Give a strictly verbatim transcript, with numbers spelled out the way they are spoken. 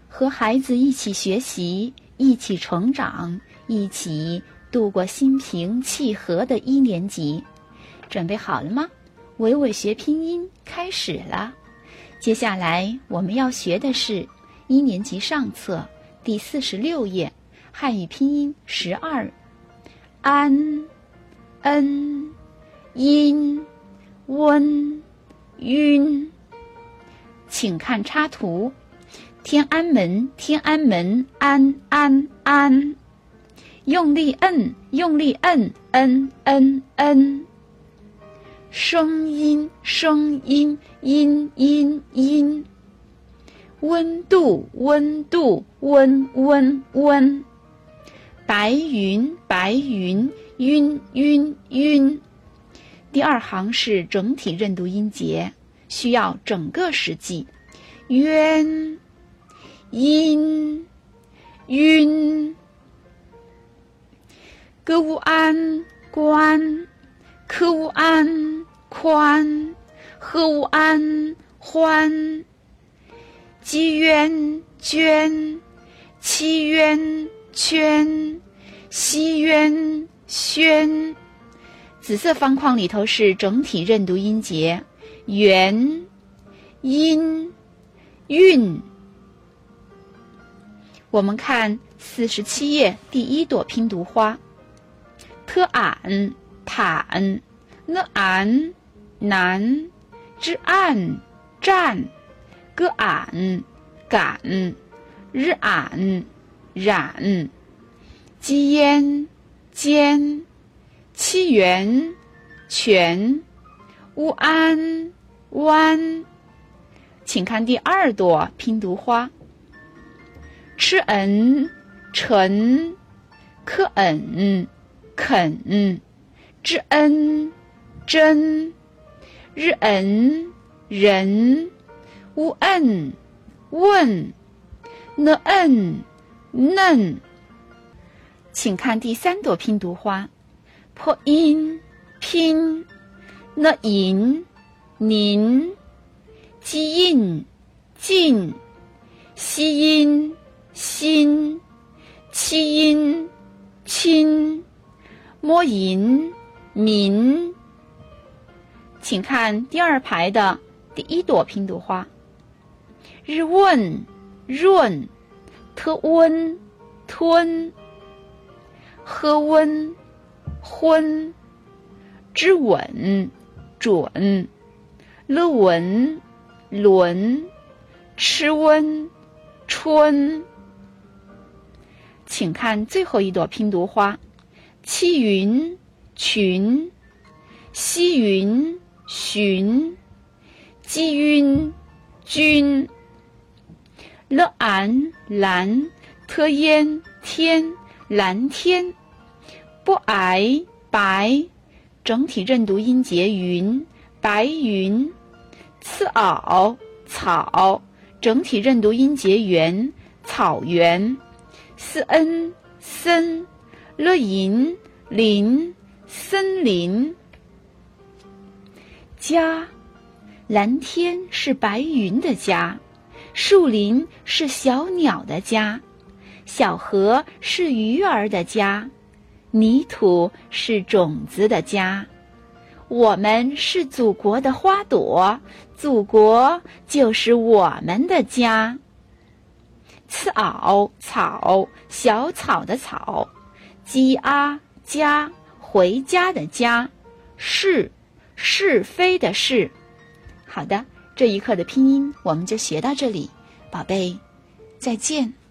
和孩子一起学习，一起成长，一起度过心平气和的一年级。准备好了吗？伟伟学拼音开始了。接下来我们要学的是一年级上册第四十六页汉语拼音十二，安、恩、音、温、晕。请看插图，天安门，天安门，安安安，用力摁，用力摁，恩恩恩。声音，声音，音音音。温度，温度，温温温。白云，白云，晕晕晕。第二行是整体认读音节，需要整个实际。冤、阴、晕。歌舞安、关。科乌安宽，和乌安欢，积渊捐，七渊圈，西渊宣。紫色方框里头是整体认读音节，元、音、韵。我们看四十七页第一朵拼读花，特俺坦，呢俺南，之岸站，个俺赶，日俺染，积烟间，七元全，乌安湾。请看第二朵拼读花，吃恩陈，可恩肯，知恩真，日恩人，乌恩问，呢恩嫩。请看第三朵拼读花，破音拼，呢银您，积印进，西音心，七音亲，摸银民。请看第二排的第一朵拼读花，日问润，特温吞，喝温昏，知稳准，了文轮，吃温春。请看最后一朵拼读花，七云群，西云寻，积晕君，了俺蓝，特烟天蓝天，不矮白，整体认读音节云，白云。刺袄草，整体认读音节圆，草原。思恩森，了银林，森林。家，蓝天是白云的家，树林是小鸟的家，小河是鱼儿的家，泥土是种子的家。我们是祖国的花朵，祖国就是我们的家。刺袄草，小草的草，鸡啊家，回家的家，是是非的是。好的，这一课的拼音我们就学到这里，宝贝，再见。